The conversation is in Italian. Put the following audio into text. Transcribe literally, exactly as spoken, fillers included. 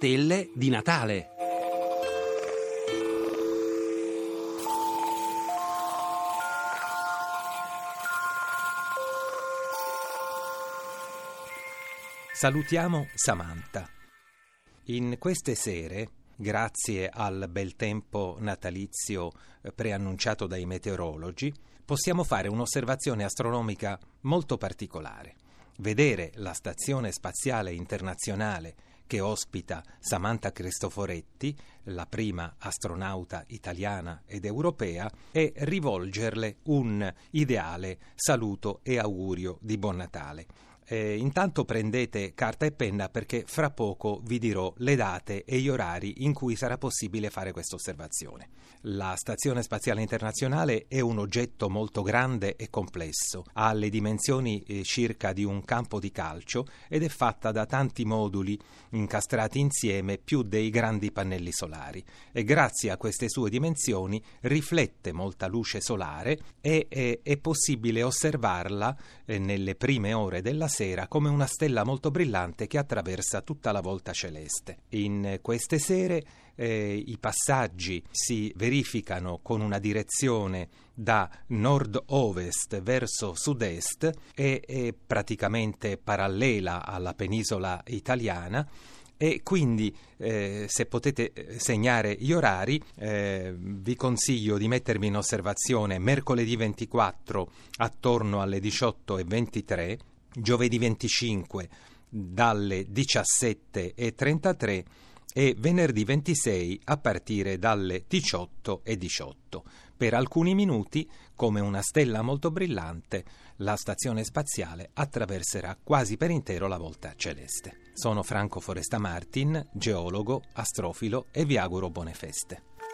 stelle di Natale. Salutiamo Samantha. In queste sere, grazie al bel tempo natalizio preannunciato dai meteorologi, possiamo fare un'osservazione astronomica molto particolare. Vedere la Stazione Spaziale Internazionale che ospita Samantha Cristoforetti, la prima astronauta italiana ed europea, e rivolgerle un ideale saluto e augurio di buon Natale. Eh, intanto prendete carta e penna, perché fra poco vi dirò le date e gli orari in cui sarà possibile fare questa osservazione. La Stazione Spaziale Internazionale è un oggetto molto grande e complesso, ha le dimensioni eh, circa di un campo di calcio ed è fatta da tanti moduli incastrati insieme, più dei grandi pannelli solari, e grazie a queste sue dimensioni riflette molta luce solare e eh, è possibile osservarla eh, nelle prime ore della sera come una stella molto brillante che attraversa tutta la volta celeste. In queste sere eh, i passaggi si verificano con una direzione da nord-ovest verso sud-est e è praticamente parallela alla penisola italiana. E quindi eh, se potete segnare gli orari, eh, vi consiglio di mettervi in osservazione mercoledì ventiquattro attorno alle diciotto e ventitré, giovedì venticinque dalle diciassette e trentatré e venerdì ventisei a partire dalle diciotto e diciotto. Per alcuni minuti, come una stella molto brillante, la stazione spaziale attraverserà quasi per intero la volta celeste. Sono Franco Foresta Martin, geologo, astrofilo, e vi auguro buone feste.